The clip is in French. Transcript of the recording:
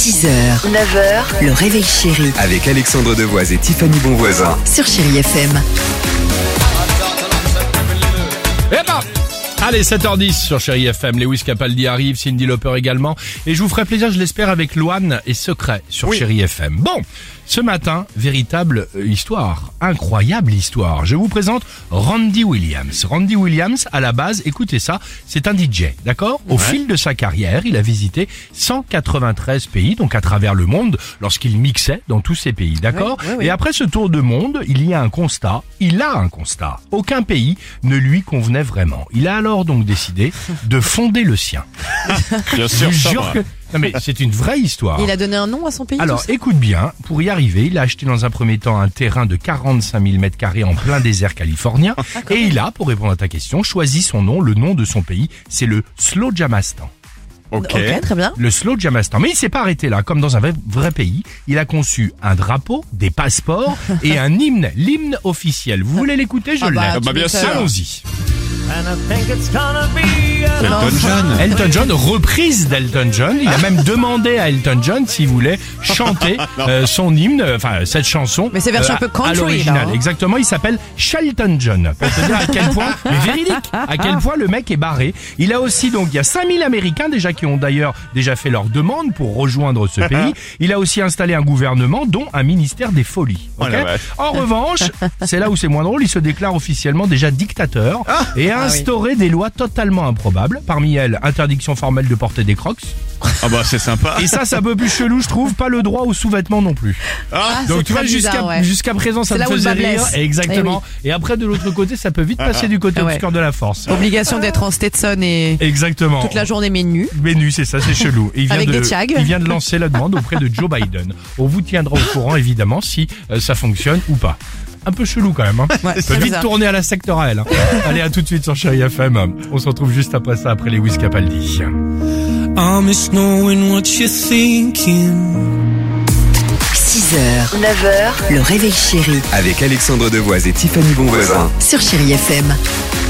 6h, 9h, le réveil chéri Avec Alexandre Devoise et Tiffany Bonvoisin. sur Chéri FM. Eh ben, allez, 7h10 sur Chéri FM. Lewis Capaldi arrive, Cyndi Lauper également. Et je vous ferai plaisir, je l'espère, avec Loane et Secret sur Chéri FM. Bon, ce matin, véritable histoire, incroyable histoire. Je vous présente Randy Williams. Randy Williams, à la base, écoutez ça, c'est un DJ, d'accord ? Au fil de sa carrière, il a visité 193 pays, donc à travers le monde, lorsqu'il mixait dans tous ces pays, d'accord ? Et après ce tour de monde, il a un constat. Aucun pays ne lui convenait vraiment. Il a alors donc décidé de fonder le sien. Bien sûr, Je ça jure va. que... Non mais c'est une vraie histoire. Il a donné un nom à son pays. Alors tout ça écoute bien, pour y arriver, il a acheté dans un premier temps un terrain de 45 000 m² en plein désert californien. Et il a, pour répondre à ta question, choisi son nom, le nom de son pays, c'est le Slow-Jamastan. Ok. Ok, très bien. Le Slow-Jamastan. Mais il s'est pas arrêté là, comme dans un vrai pays. Il a conçu un drapeau, des passeports et un hymne, l'hymne officiel. Vous voulez l'écouter? Je l'ai. Ah bah bien sûr. Allons-y. Elton John. Elton John, reprise d'Elton John. Il a même demandé à Elton John s'il voulait chanter son hymne, enfin cette chanson. Mais c'est version un peu country, à l'original. là, hein. Exactement, il s'appelle Shelton John. Pour te dire à quel point, mais véridique, à quel point le mec est barré. Il a aussi donc, il y a 5000 Américains déjà qui ont d'ailleurs déjà fait leur demande pour rejoindre ce pays. Il a aussi installé un gouvernement, dont un ministère des folies. Oh la Ok. vache. En revanche, c'est là où c'est moins drôle, il se déclare officiellement déjà dictateur et a instauré des lois totalement improbables. Parmi elles, interdiction formelle de porter des crocs. Ah bah c'est sympa. Et ça, c'est un peu plus chelou, je trouve. Pas le droit aux sous-vêtements non plus. Donc c'est tu vois, très bizarre, ouais. jusqu'à présent, ça C'est me là où le faisait bas rire. blesse. Exactement. Et après, de l'autre côté, ça peut vite passer du côté Ah ouais. obscur de la force. Obligation d'être en Stetson et Exactement. toute la journée mais nu. Menu, c'est ça, c'est chelou. Et il vient Avec de, des tchags. il vient de lancer la demande auprès de Joe Biden. On vous tiendra au courant, évidemment, si ça fonctionne ou pas. Un peu chelou quand même. Hein. Ouais, Ça c'est peut vite bizarre. tourner à la sectorale. Hein. Allez, à tout de suite sur Chéri FM. On se retrouve juste après ça, après Lewis Capaldi. I miss knowing what you're thinking. 6h, 9h, le réveil chéri Avec Alexandre Devoise et Tiffany Bonvoisin. sur Chéri FM.